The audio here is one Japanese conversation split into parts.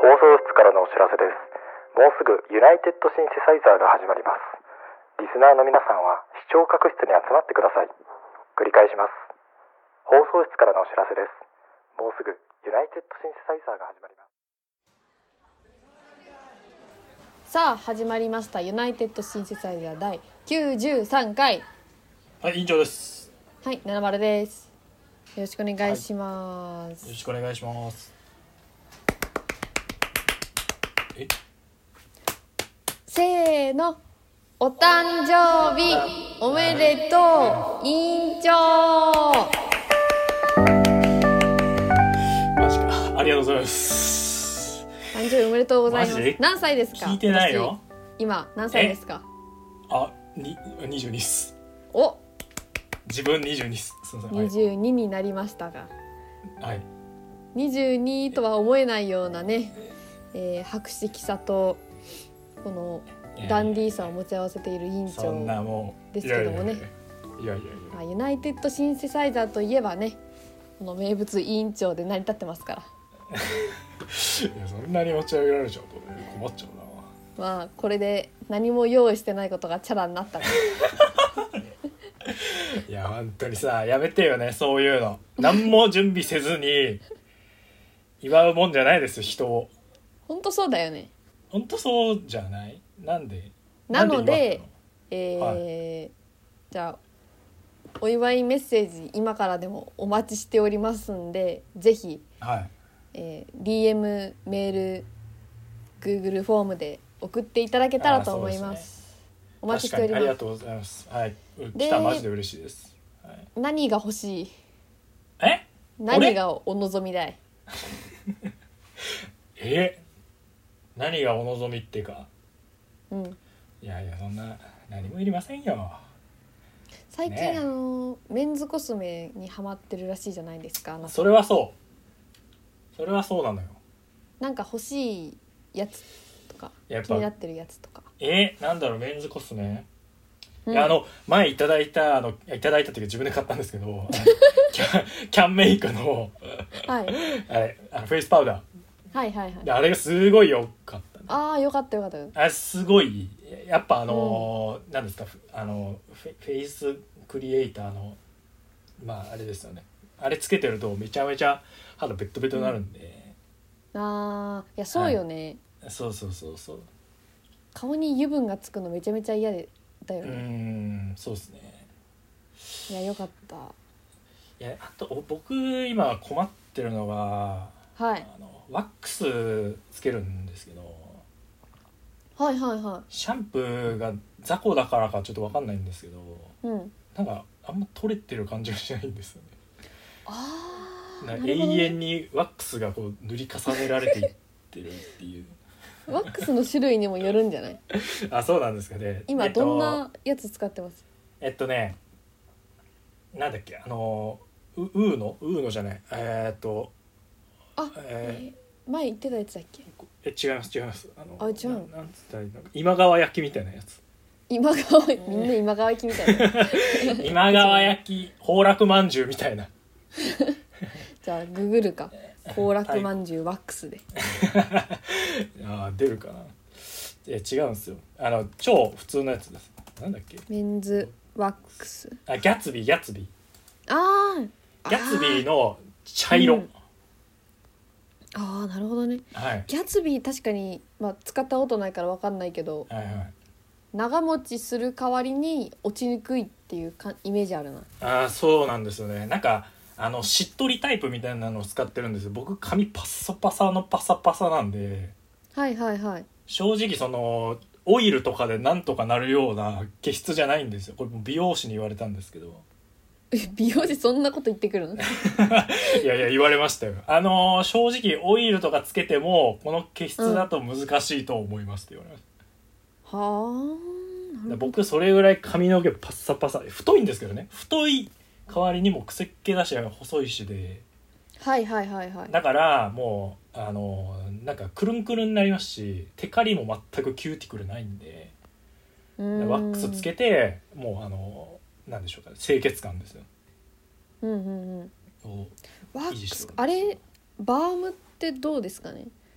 放送室からのお知らせです。もうすぐユナイテッドシンセサイザーが始まります。リスナーの皆さんは視聴覚室に集まってください。繰り返します。放送室からのお知らせです。もうすぐユナイテッドシンセサイザーが始まります。 さあ始まりましたユナイテッドシンセサイザー第93回。 はい、委員長です。 はい、70です。よろしくお願いします、 よろしくお願いします。 せーの、お誕生日おめでとう委員長。 マジか、ありがとうございます。 誕生日おめでとうございます。 マジで何歳ですか？ 聞いてないよ。 今何歳ですか？ 22っす。 お、 自分22っす。すみません。 22になりましたが、 はい。 22とは思えないようなね、博識さとこのダンディーさを持ち合わせている委員そんな長もうですけどもね。 いやユナイテッドシンセサイザーといえばね、この名物委員長で成り立ってますから。 いや、そんなに持ち上げられちゃうとね、困っちゃうな。 まあこれで何も用意してないことがチャラになったらいや本当にさ、やめてよね、そういうの。何も準備せずに祝うもんじゃないですよ、人を。 本当そうだよね。 本当そうじゃない？なんでなのでなんでじゃあお祝いメッセージ今からでもお待ちしておりますんで、ぜひ、 はい、 DM メール Google フォームで送っていただけたらと思います。お待ちしております。 ありがとうございます。はい、来たらマジで嬉しいです。はい、 何が欲しい？ え？ 何がお望みだい？ 何がお望みってか。 うん。 いやそんな何もいりませんよ。 最近、ね、メンズコスメにハマってるらしいじゃないですか。 それはそうなのよ。 なんか欲しいやつとか気になってるやつとか。 なんだろう、メンズコスメ、 うん、 いや前いただいたっていうか自分で買ったんですけどキャンメイクのはい、 あれフェイスパウダー、 はいはいはい、 あれがすごい良かった、ね、 ああよかったよかった。 あれすごいやっぱ何ですか、フェイスクリエイターのあれですよね。あれつけてるとめちゃめちゃ肌ベッドベトになるんで、 いやそうよね、 はい、そう顔に油分がつくのめちゃめちゃ嫌だよね。 そうですね。 いやよかった。 いや、あと僕今困ってるのが、 はい、 ワックスつけるんですけど、 はいはいはい、 シャンプーが雑魚だからかちょっと分かんないんですけど、 うん、 なんかあんま取れてる感じがしないんですよね。 ね、 永遠にワックスがこう塗り重ねられていってるっていうワックスの種類にもよるんじゃない？ あ、そうなんですかね。 今どんなやつ使ってます？ なんだっけ、ウーノじゃない、 前言ってたやつだっけ？ 違います。 違うの？ なんつったらいいの、今川焼きみたいなやつ。 みんな今川焼きみたいな今川焼き崩落まんじゅうみたいなじゃあググるか、崩落まんじゅうワックスで出るかな。いや違うんですよ、超普通のやつです。なんだっけ、 メンズワックス、 ギャツビーギャツビーの茶色、 なるほどね、 はい、 ギャツビー確かに、使ったことないから分かんないけど、 はいはい、 長持ちする代わりに落ちにくいっていうイメージあるな。 そうなんですよね。なんかしっとりタイプみたいなのを使ってるんですよ。僕髪パッサパサのパサパサなんで、 はいはいはい、 正直オイルとかでなんとかなるような毛質じゃないんですよ。これ美容師に言われたんですけど美容師そんなこと言ってくるの？ いや言われましたよ。正直オイルとかつけてもこの毛質だと難しいと思いますって言われました、 はあ、 僕それぐらい髪の毛パッサパサ、太いんですけどね、太い代わりにも癖っ気だし細いしで、 はいはいはいはい、 だからもうなんかくるんくるんになりますし、テカリも全くキューティクルないんで、ワックスつけてもうなんでしょうかね、清潔感ですよ。 ワックス、あれバームってどうですかね？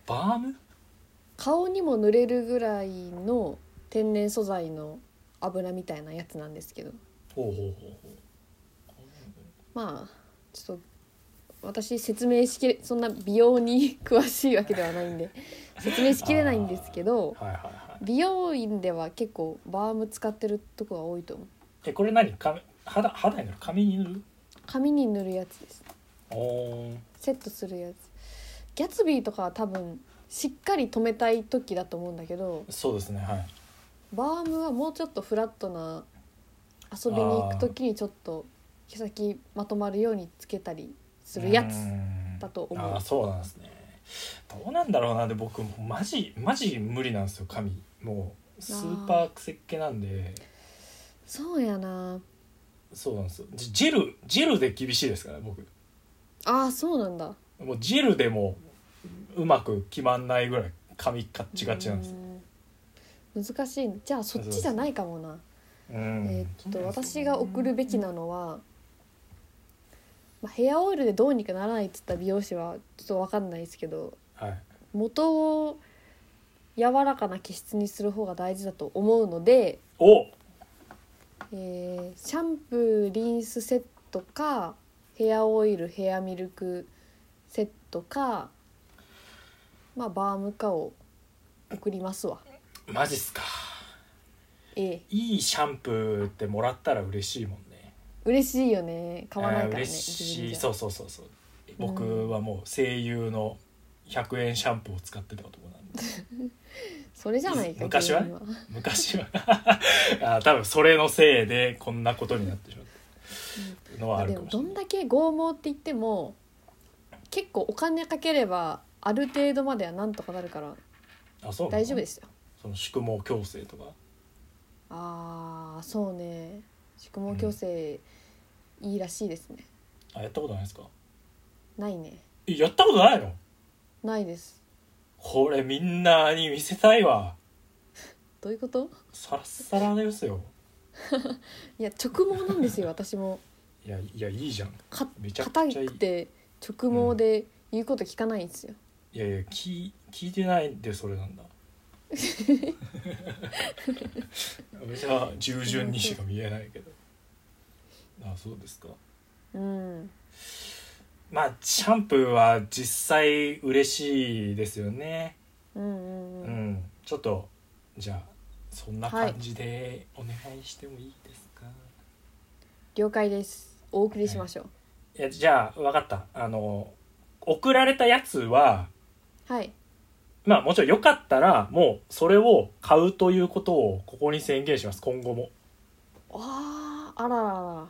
バーム？ 顔にも塗れるぐらいの天然素材の油みたいなやつなんですけど、 ほうほうほうほまあちょっと私説明しきれ、そんな美容に詳しいわけではないんで説明しきれないんですけど、 はいはいはい。 美容院では結構バーム使ってるとこが多いと思う。 これ何？肌に塗る？髪に塗る？ 髪に塗るやつです。 おー。 セットするやつ。ギャツビーとかは多分しっかり留めたい時だと思うんだけど、 そうですね、はい。 バームはもうちょっとフラットな遊びに行く時にちょっと毛先まとまるようにつけたりするやつだと思う。 ああ、そうなんですね。どうなんだろうな。で僕マジ無理なんですよ、髪。もうスーパークセっ気なんで。 そうやな。 そうなんですよ。ジェルで厳しいですから僕。 ああ、そうなんだ。 もうジェルでもうまく決まんないぐらい髪カッチカチなんですよ。 難しい。じゃあそっちじゃないかもな。私が送るべきなのは、ヘアオイルでどうにかならないっつった美容師はちょっと分かんないですけど、 はい、 元を柔らかな毛質にする方が大事だと思うので、シャンプーリンスセットかヘアオイルヘアミルクセットか、バームかを送りますわ。 マジっすか。 いいシャンプーってもらったら嬉しいもんね。 嬉しいよね。買わないからね。 嬉しい。そう僕はもう声優の100円シャンプーを使ってた男なんでそれじゃないか。 昔は多分それのせいでこんなことになってしまったのはあるかもしれない。 でもどんだけ剛毛って言っても結構お金かければある程度まではなんとかなるから大丈夫ですよ。 その宿毛矯正とか。 そうね、宿毛矯正、いいらしいですね。 やったことないですか？ ないね。 やったことないの？ ないです。 これみんなに見せたいわ。 どういうこと？ サラッサラですよいや直毛なんですよ私も。 いやいいじゃん。めちゃく硬ちゃいい。 くて直毛で言うこと聞かないんですよ。 いや聞いてないんでそれなんだめちゃ従順にしか見えないけどそうですか。シャンプーは実際嬉しいですよね。ちょっとじゃあそんな感じでお願いしてもいいですか？ 了解です。お送りしましょう。 じゃあ分かった。送られたやつはもちろんよかったらもうそれを買うということをここに宣言します。今後も。 あららら。 はい。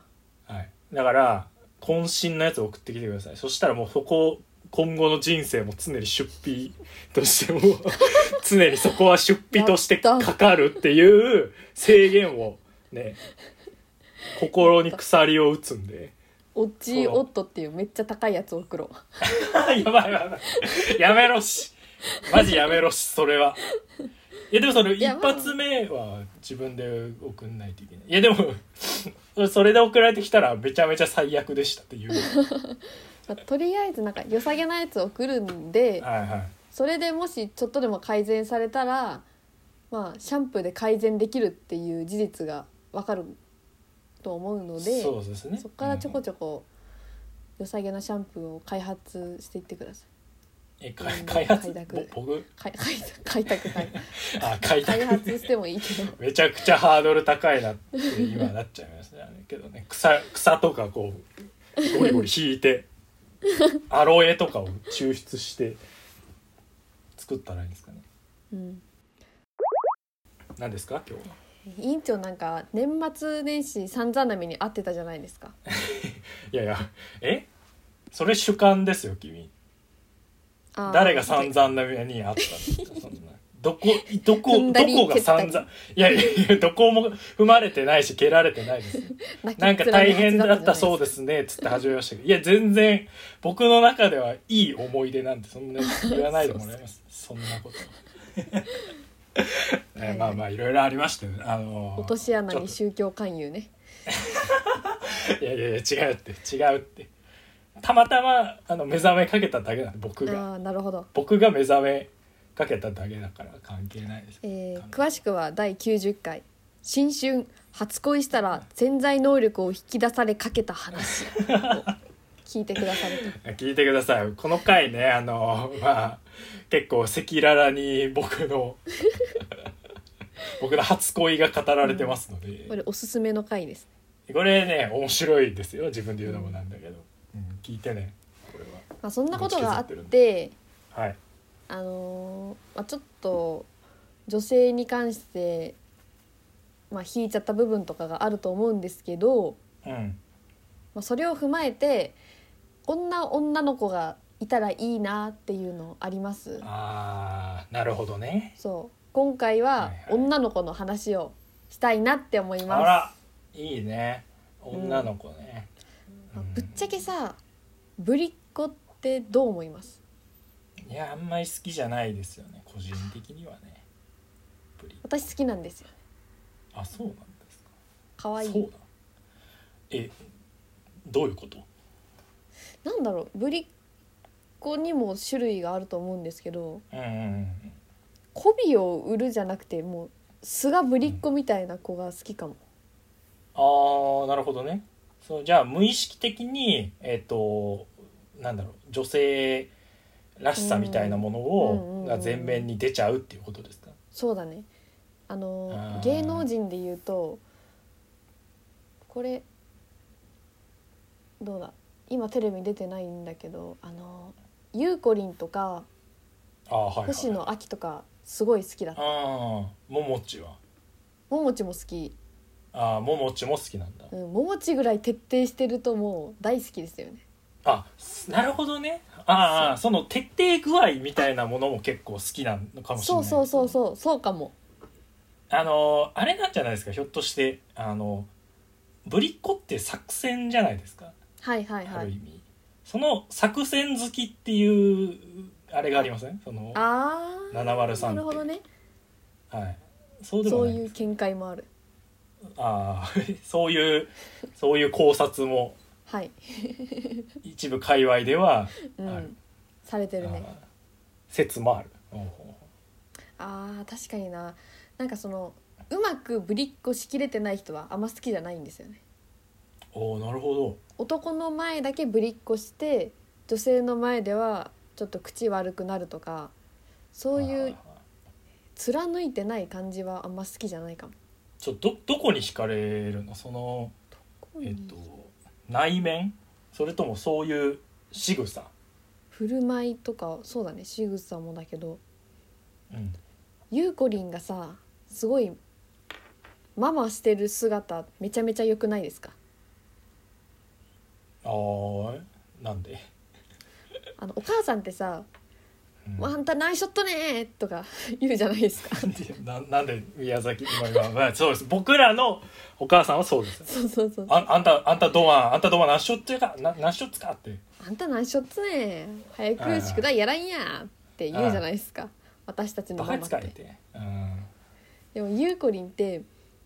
だから渾身のやつを送ってきてください。そしたらもうそこ今後の人生も常に出費としても常にそこは出費としてかかるっていう制限をね心に鎖を打つんで。 オッチーオットっていうめっちゃ高いやつを送ろうやばいやめろしマジやめろしそれは。でもその一発目は自分で送んないといけない。いやでもそれで送られてきたらめちゃめちゃ最悪でしたっていうとりあえずなんか良さげなやつを送るんで、それでもしちょっとでも改善されたらシャンプーで改善できるっていう事実が分かると思うので、 そうですね。 そこからちょこちょこ良さげなシャンプーを開発していってください。 開発僕開拓開発してもいいけどめちゃくちゃハードル高いなって今なっちゃいますねけどね。草とかこうゴリゴリ引いてアロエとかを抽出して作ったらいいんですかね。何ですか今日は。 委員長なんか年末年始散々な目に遭ってたじゃないですか。 いやそれ主観ですよ君。誰が散々な目に遭ったんですか？そんなどこが散々。いやどこも踏まれてないし蹴られてないですよなんか大変だったそうですねつって始めましたけど、いや全然僕の中ではいい思い出なんてそんな言わないでもらいますそんなこといろいろありましたよね。 落とし穴に宗教勧誘ねいや違うってたまたま目覚めかけただけなんで、僕がなるほど。 僕が目覚めかけただけだから関係ないです、 詳しくは第90回新春初恋したら潜在能力を引き出されかけた話を聞いてくださる聞いてください。この回ね結構赤裸々に僕の初恋が語られてますので、 これおすすめの回です。 これね面白いですよ。自分で言うのもなんだけど、聞いてね。これはそんなことがあって、 はい、 ちょっと女性に関して、引いちゃった部分とかがあると思うんですけど、それを踏まえてこんな女の子がいたらいいなっていうのあります？ なるほどね。 そう今回は女の子の話をしたいなって思います。 あらいいね、女の子ね、 ぶっちゃけさ、ぶりっ子ってどう思います？ いやあんまり好きじゃないですよね、個人的にはね。 私好きなんですよね。 あ、そうなんですか。 かわいい。 そうだ。どういうこと？ なんだろう、ぶりっ子にも種類があると思うんですけど、媚びを売るじゃなくてもう素がぶりっ子みたいな子が好きかも。 なるほどね。じゃあ無意識的になんだろう、女性らしさみたいなものが前面に出ちゃうっていうことですか？ そうだね。芸能人で言うとこれどうだ、今テレビに出てないんだけどゆうこりんとか星野亜紀とかすごい好きだった。 ももちは？ ももちも好き。 ももちも好きなんだ。 ももちぐらい徹底してるともう大好きですよね。 なるほどね。その徹底具合みたいなものも結構好きなのかもしれない。 そうかも。 あれなんじゃないですか、ひょっとしてぶりっ子って作戦じゃないですか。 はいはいはい。 ある意味その作戦好きっていうあれがありません？その703って。 なるほどね。 はい。そうでもない。 そういう見解もある。 そういう考察もはい一部界隈ではある、 されてるね。 説もある。 確かにな。なんかうまくぶりっ子しきれてない人はあんま好きじゃないんですよね。 なるほど。 男の前だけぶりっ子して女性の前ではちょっと口悪くなるとか、そういう貫いてない感じはあんま好きじゃないかも。 どこに惹かれるの？内面？それともそういう仕草？ 振る舞いとか。そうだね、仕草もだけど、ゆうこりんがさすごいママしてる姿めちゃめちゃ良くないですか？ なんで？ お母さんってさ、あんたナイスショットねとか言うじゃないですか。 なんで宮崎そうです。僕らのお母さんはそうです。 そうあんたドア何ショットか何ショットかって。 あんたナイスショットね、早く宿題やらんやって言うじゃないですか、私たちのママって。でもゆうこりんって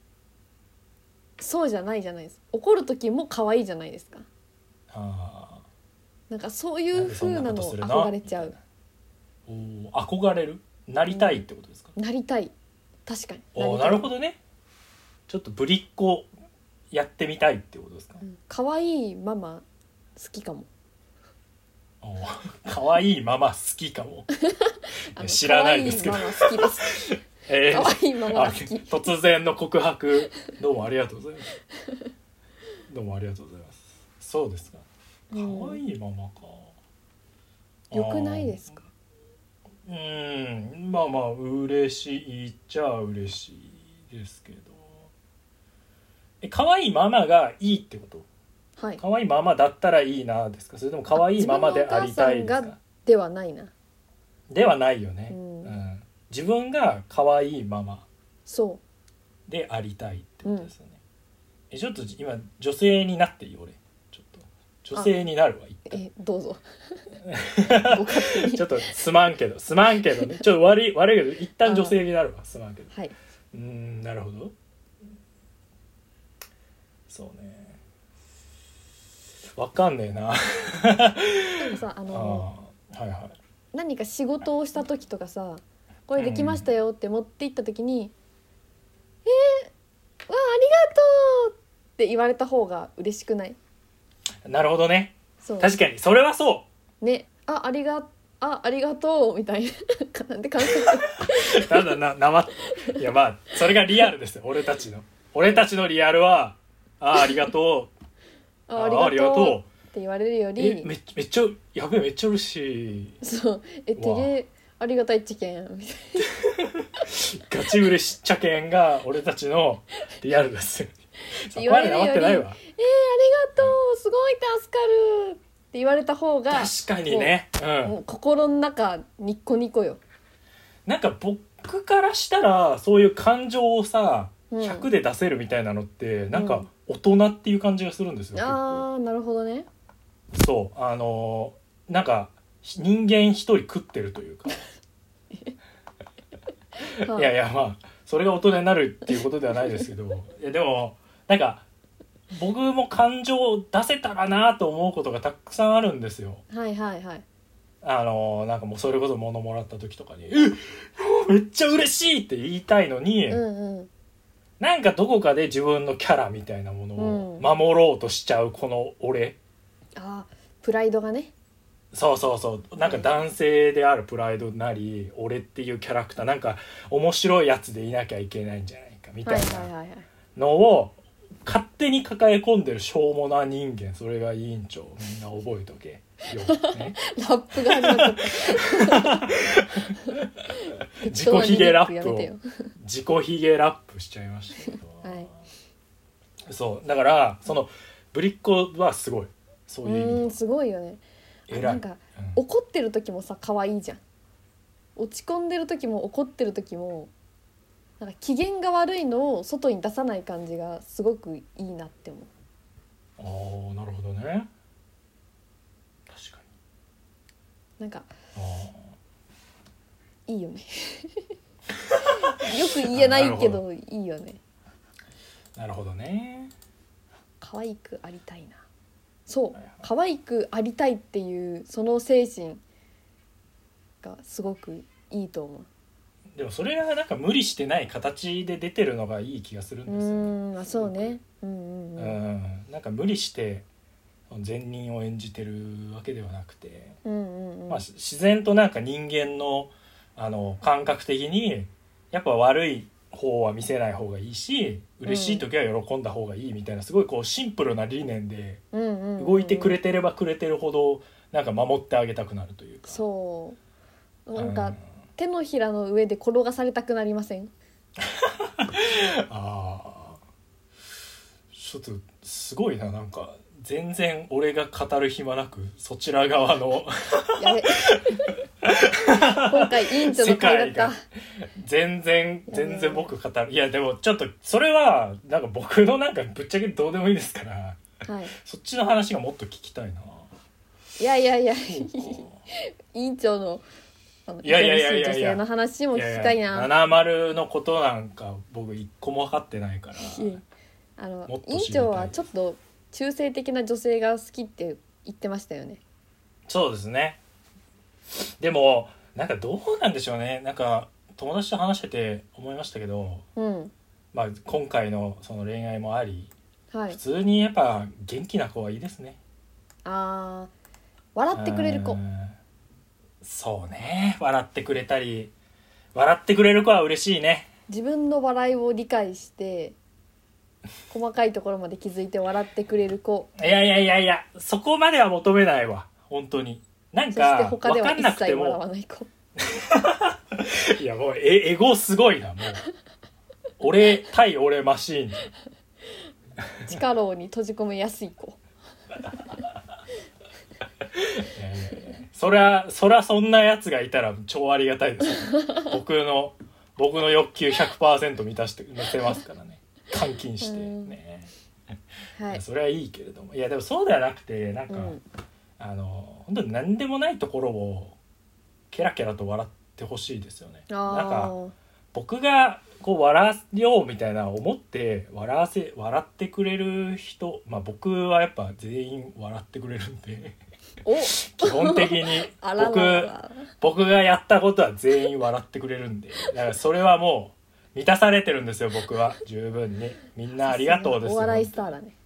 そうじゃないじゃないですか。怒る時も可愛いじゃないですか。なんかそういう風なの憧れちゃう。 憧れる？なりたいってことですか？ なりたい。確かになるほどね。ちょっとぶりっ子やってみたいってことですか？ 可愛いママ好きかも。 可愛いママ好きかも。知らないですけど。 可愛いママ好きです。可愛いママが好き。 突然の告白、どうもありがとうございます。どうもありがとうございます。そうですか。可愛いママか。 良くないですか？ 嬉しいっちゃ嬉しいですけど。可愛いママがいいってこと？はい。可愛いママだったらいいなですか？それとも可愛いママでありたいですか？ ではないな。 ではないよね。自分が可愛いママでありたいってことですよね。ちょっと今女性になっていい？俺ちょっと女性になるわ。 どうぞ。 ちょっとすまんけどね。ちょっと悪いけど一旦女性になるわ。すまんけど。 はい。 なるほど。そうね。 わかんねえな。 なんかさはいはい。 何か仕事をした時とかさ、これできましたよって持って行った時に、わあありがとうって言われた方が嬉しくない？ なるほどね。 そう確かにそれはそうね。ありがとうみたいななんで感想ただいやまあそれがリアルですよ。俺たちのリアルはありがとうありがとうって言われるよりめっちゃやべえめっちゃ嬉しい。 そうてげありがたいっちけんみたいガチ嬉しっちゃけんが俺たちのリアルですよ。そこまで黙ってないわ。 ありがとうすごい助かるって言われた方が確かにね、 もう心の中ニッコニコよ。 なんか僕からしたらそういう感情をさ、100で出せるみたいなのってなんか大人っていう感じがするんですよ。 ああなるほどね。 そうなんか人間一人食ってるというかいやいやまあそれが大人になるっていうことではないですけどいやでもなんか僕も感情を出せたらなと思うことがたくさんあるんですよ。 はいはいはい。 なんかもうそれこそ物もらった時とかにめっちゃ嬉しいって言いたいのに、なんかどこかで自分のキャラみたいなものを守ろうとしちゃうこの俺、 プライドがね。 そうなんか男性であるプライドなり、俺っていうキャラクターなんか面白いやつでいなきゃいけないんじゃないかみたいなのを勝手に抱え込んでるしょうもな人間、それが委員長。みんな覚えとけよ、ね、 ラップが始まっちゃった自己ヒゲラップしちゃいましたけど、はい、そうだからそのぶりっ子はすごい、そういう意味すごいよね。なんか、怒ってる時もさ可愛いじゃん。落ち込んでる時も怒ってる時もなんか機嫌が悪いのを外に出さない感じがすごくいいなって思う。なるほどね。確かになんかいいよねよく言えないけどいいよね。 なるほどね。 可愛くありたいな。そう可愛くありたいっていうその精神がすごくいいと思う。 でもそれがなんか無理してない形で出てるのがいい気がするんですよね。 そうね。 なんか無理して善人を演じてるわけではなくて、まあ、自然となんか人間の感覚的にやっぱ悪い方は見せない方がいいし、嬉しい時は喜んだ方がいいみたいな、すごいこうシンプルな理念で動いてくれてればくれてるほどなんか守ってあげたくなるというか。 そうなんか、手のひらの上で転がされたくなりません？ ちょっとすごいな、なんか全然俺が語る暇なくそちら側のやべ今回委員長の回だった。 全然僕語る。いやでもちょっとそれはなんか僕のなんかぶっちゃけどうでもいいですから、そっちの話がもっと聞きたいな。 いや委員長の女性の話も聞きたいな。 70のことなんか僕一個も分かってないから。 委員長はちょっと中性的な女性が好きって言ってましたよね。 そうですね。でもなんかどうなんでしょうね。なんか友達と話してて思いましたけど、まあ、今回のその恋愛もあり、普通にやっぱ元気な子はいいですね。 笑ってくれる子。 そうね、笑ってくれたり笑ってくれる子は嬉しいね。 自分の笑いを理解して細かいところまで気づいて笑ってくれる子。 いやそこまでは求めないわ本当に。なんか分かんなくても、 笑わない子いやもうエゴすごいな、もう俺マシーン地下牢に閉じ込めやすい子そりゃそんなやつがいたら超ありがたいです、ね、僕の欲求 100% 満たせますからね、監禁してね、それはいいけれども、いやでもそうではなくてなんか、本当に何でもないところをケラケラと笑ってほしいですよね。なんか僕がこう笑わせようみたいな思って笑ってくれる人、まあ僕はやっぱ全員笑ってくれるんで基本的に僕がやったことは全員笑ってくれるんで、だからそれはもう満たされてるんですよ僕は。十分にみんなありがとうですよ。 お笑いスターだね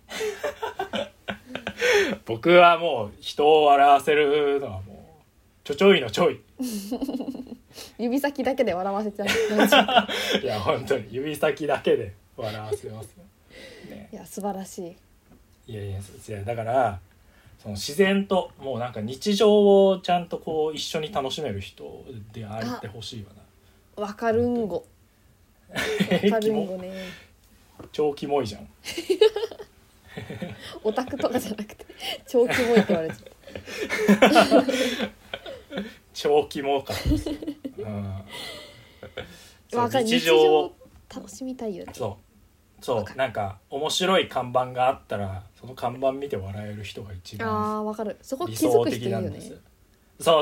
僕はもう人を笑わせるのはもうちょいのちょい指先だけで笑わせちゃういや本当に指先だけで笑わせますよ、ね、 いや素晴らしい。いやだからその自然ともうなんか日常をちゃんとこう一緒に楽しめる人であってほしいわな。 わかるんごわかるんごね超キモいじゃんオタクとかじゃなくて超キモいって言われちゃった超キモか、 わかる。日常を楽しみたいよね。 そうなんか面白い看板があったらその看板見て笑える人が一番わかる。そこ気づく人いるよね。 そう、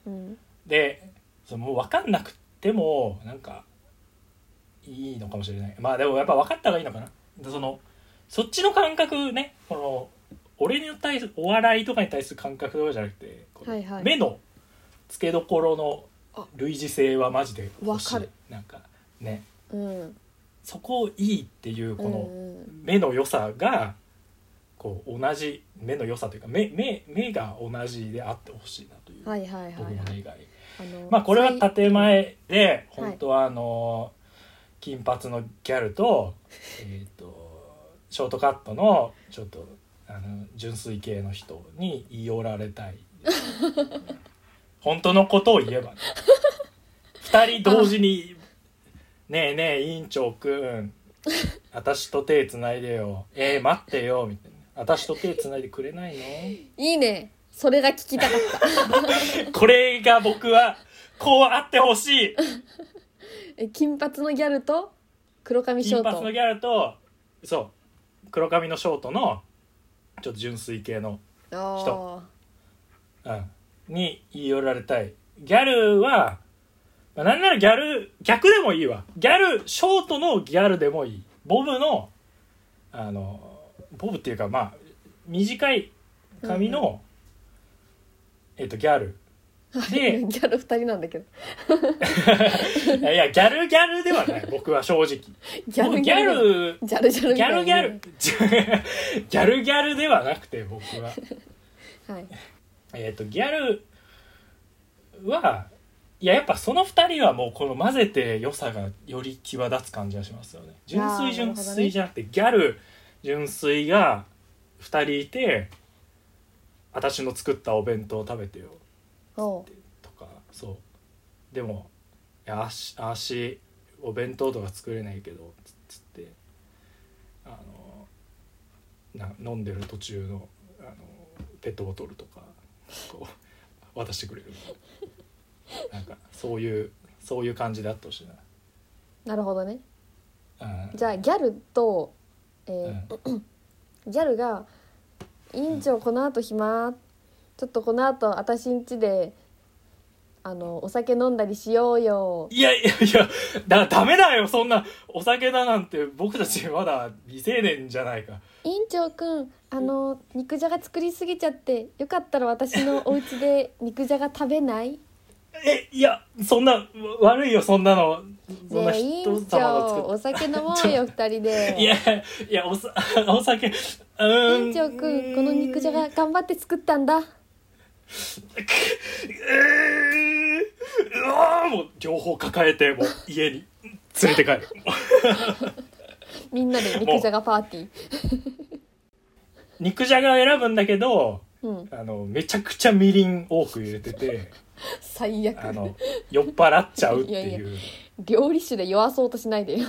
でもう分かんなくてもなんかいいのかもしれない。まあでもやっぱ分かった方がいいのかな。そっちの感覚ね、この俺に対するお笑いとかに対する感覚とかじゃなくて、目の付けどころの類似性はマジで欲しい。 分かる。 なんかね、そこいいっていうこの目の良さがこう同じ目の良さというか目が同じであってほしいなという僕の願い。まあこれは建前で本当は金髪のギャルとショートカットのちょっと純粋系の人に言い寄られたい本当のことを言えばね2人同時にねえねえ委員長くん私と手つないでよ待ってよみたいな、私と手つないでくれないの？ いいね、それが聞きたかったこれが僕はこうあってほしい金髪のギャルと黒髪ショート、 金髪のギャルとそう黒髪のショートのちょっと純粋系の人、に言い寄られたい。ギャルは、まあ、なんならギャル逆でもいいわ。ギャルショートのギャルでもいい。ボブのボブっていうかまあ短い髪の、ギャルでギャル2人なんだけどいやギャルではない僕は正直ギャルではなくて僕ははい、 ギャルはいややっぱその2人はもうこの混ぜて良さがより際立つ感じがしますよね。純粋じゃなくてギャル純粋が2人いて私の作ったお弁当を食べてよとか、そうでもいや足お弁当とか作れないけどつって飲んでる途中のペットボトルとかこう渡してくれるなんかそういう感じであってほしいな。 なるほどね。じゃあギャルと、ギャルが委員長この後暇、ちょっとこの後私ん家でお酒飲んだりしようよ。 いやダメだよそんなお酒だなんて、僕たちまだ未成年じゃないか。 委員長くん肉じゃが作りすぎちゃってよかったら私のお家で肉じゃが食べない？ いやそんな悪いよそんなの。そんな委員長お酒飲もうよ2人で。 いやお酒委員長くんこの肉じゃが頑張って作ったんだ。 もう両方抱えてもう家に連れて帰るみんなで肉じゃがパーティー肉じゃがを選ぶんだけど、めちゃくちゃみりん多く入れてて最悪酔っ払っちゃうっていう。 料理酒で酔わそうとしないでよ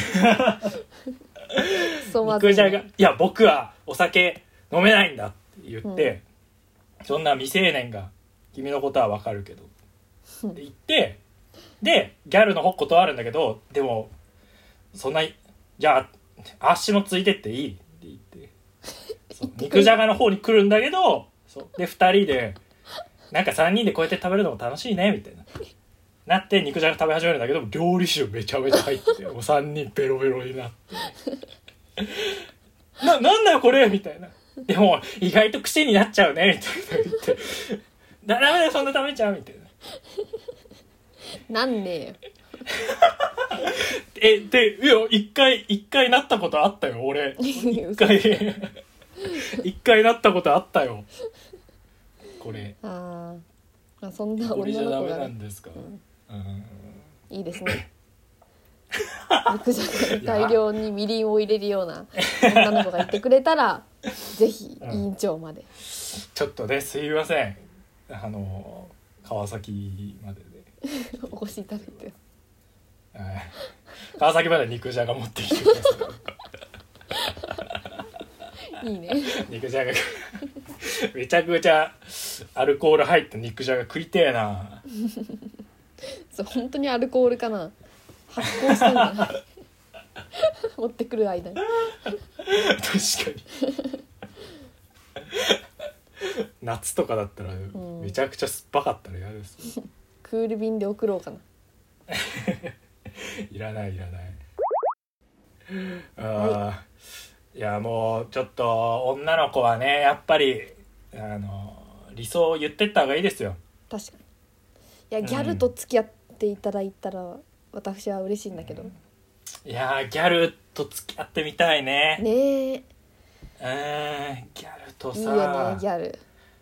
肉じゃがいや僕はお酒飲めないんだって言って、そんな未成年が君のことは分かるけどって言ってでギャルのほっこ断るんだけど、でもそんなじゃあ足もついてっていいって言って肉じゃがの方に来るんだけど、で2人でなんか3人でこうやって食べるのも楽しいねみたいななって肉じゃが食べ始めるんだけど料理酒めちゃめちゃ入っててもう3人ベロベロになってなんだよこれみたいな。でも意外と癖になっちゃうねみたいな言ってダメだよそんな食べちゃうみたいな。 なんねでいや一回なったことあったよ俺。一回なったことあったよこれ。 あそんなこれじゃダメ女の子が、 なんですか。 いいですね。肉じゃがに大量にみりんを入れるような女の子がいてくれたらぜひ委員長まで、 ちょっとねすいません川崎まででお越しいただいて、 川崎まで肉じゃが持ってきてくださいいね。 肉じゃがめちゃくちゃアルコール入った肉じゃが食いてえな。 そう本当にアルコールかな、発酵したんじゃない持ってくる間に。 確かに夏とかだったらめちゃくちゃ酸っぱかったら嫌ですよ、 クール便で送ろうかな。 いらないいやもうちょっと女の子はねやっぱり理想を言ってった方がいいですよ。 確かに。いやギャルと付き合っていただいたら私は嬉しいんだけど、 いやギャルと付き合ってみたいね。 ねえギャルとさいいよねギャル。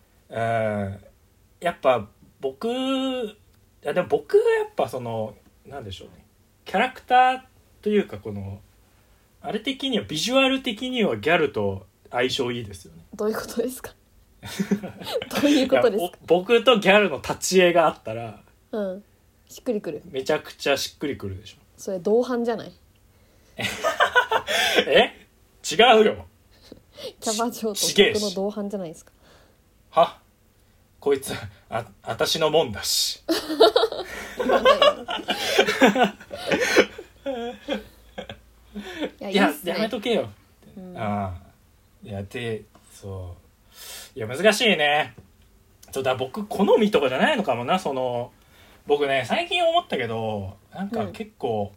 やっぱ僕はやっぱそのなんでしょうね、キャラクターというかこのあれ的にはビジュアル的にはギャルと相性いいですよね。 どういうことですかどういうことですか。 僕とギャルの立ち絵があったらしっくりくる。 めちゃくちゃしっくりくるでしょ。 それ同伴じゃない。 違うよ。 キャバ嬢と僕の同伴じゃないですか。 はこいつ私のもんだし。いややめとけよ、いやでそういや難しいね。そうだ僕好みとかじゃないのかもな。その僕ね最近思ったけどなんか結構、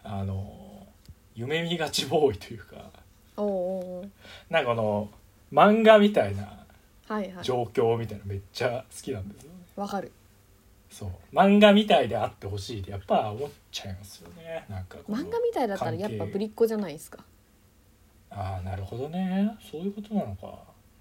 夢見がちボーイというかなんか漫画みたいな状況みたいなめっちゃ好きなんですよね。 わかる。 そう漫画みたいであってほしいってやっぱ思っちゃいますよね。なんか漫画みたいだったらやっぱぶりっ子じゃないですか。 ああなるほどね、そういうことなのか。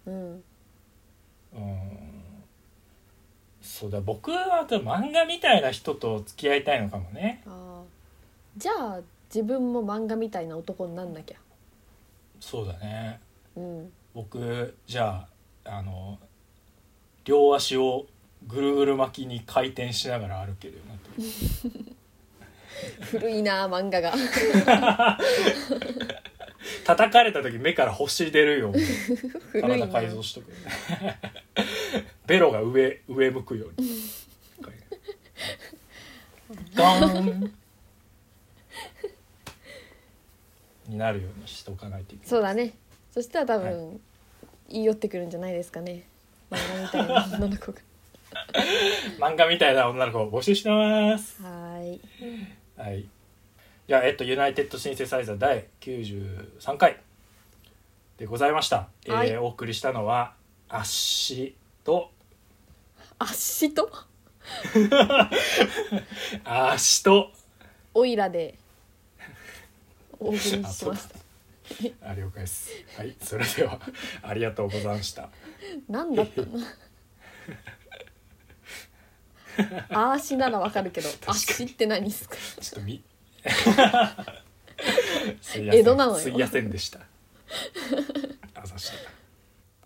そうだ僕は漫画みたいな人と付き合いたいのかもね。 じゃあ自分も漫画みたいな男になんなきゃ。 そうだね、僕じゃあ両足をぐるぐる巻きに回転しながら歩けるようになって古いな漫画が叩かれた時目から星出るように体改造しとくベロが上向くようにゴーンになるようにしておかないといけない。 そうだね。そしたら多分、言い寄ってくるんじゃないですかね、漫画みたいな女の子が漫画みたいな女の子を募集してます。 はい。 じゃあユナイテッドシンセサイザー第93回でございました。お送りしたのはアッシとオイラでお送りしました。 了解です。はい、それではありがとうございました。 何だったのアーシならわかるけどアッシって何ですか。 ちょっと江戸なのよ。 すいやせんでした。あざした。